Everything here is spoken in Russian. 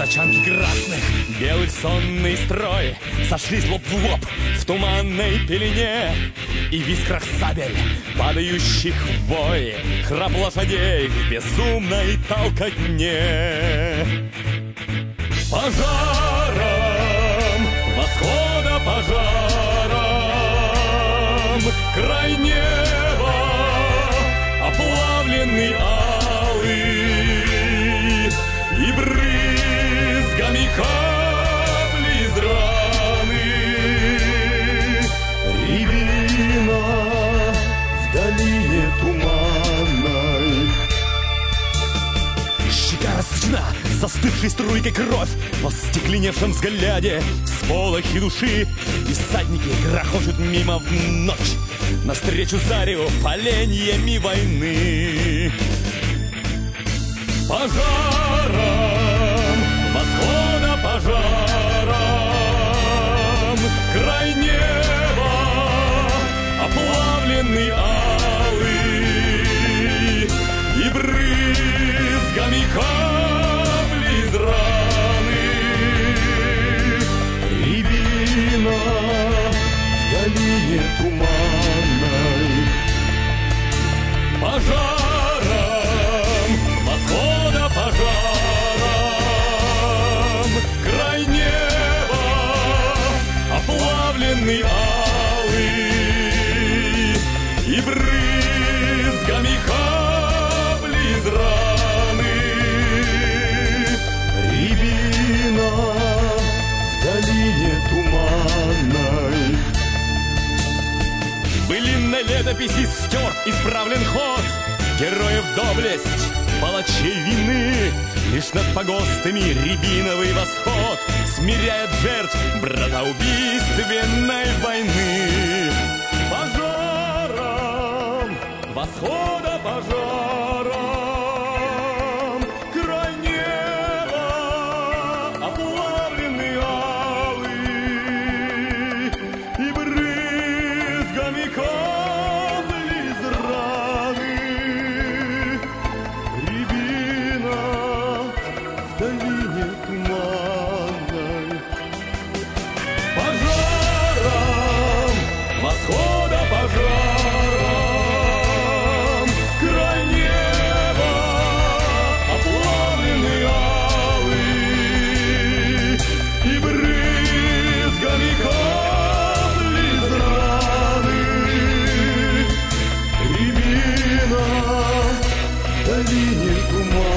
тачанки красных, белый сонный строй сошлись лоб в лоб в туманной пелене. И в искрах сабель, падающих в бой, храп лошадей в безумной толкотне. Пожаром, восхода пожаром, край неба, оплавленный алый, и брызгами капли из раны. Рябина в долине туманной. Щека рассечена застывшей струйкой кровь, в остекленевшем взгляде сполохи души. И всадники грохочут мимо в ночь, навстречу зареву поленьями войны. Пожаром, восхода пожаром, край неба, оплавленный алый, и брызгами капли из раны. Рябина в долине туманной. Пожаром, восхода пожаром, край неба, оплавленный алый, и брызгами капли из раны. Рябина в долине туманной. Былинной летописи стер, исправлен ход героев доблесть, палачей вины. Лишь над погостами рябиновый восход смиряет жертв братоубийственной войны. Пожаром, восхода пожаром, край неба, оплавленный алый, и брызгами капли из раны. Рябина в долине туманной. Пожаром, восхода пожаром, край неба, оплавленный алый, и брызгами капли из раны. Рябина в долине туманной.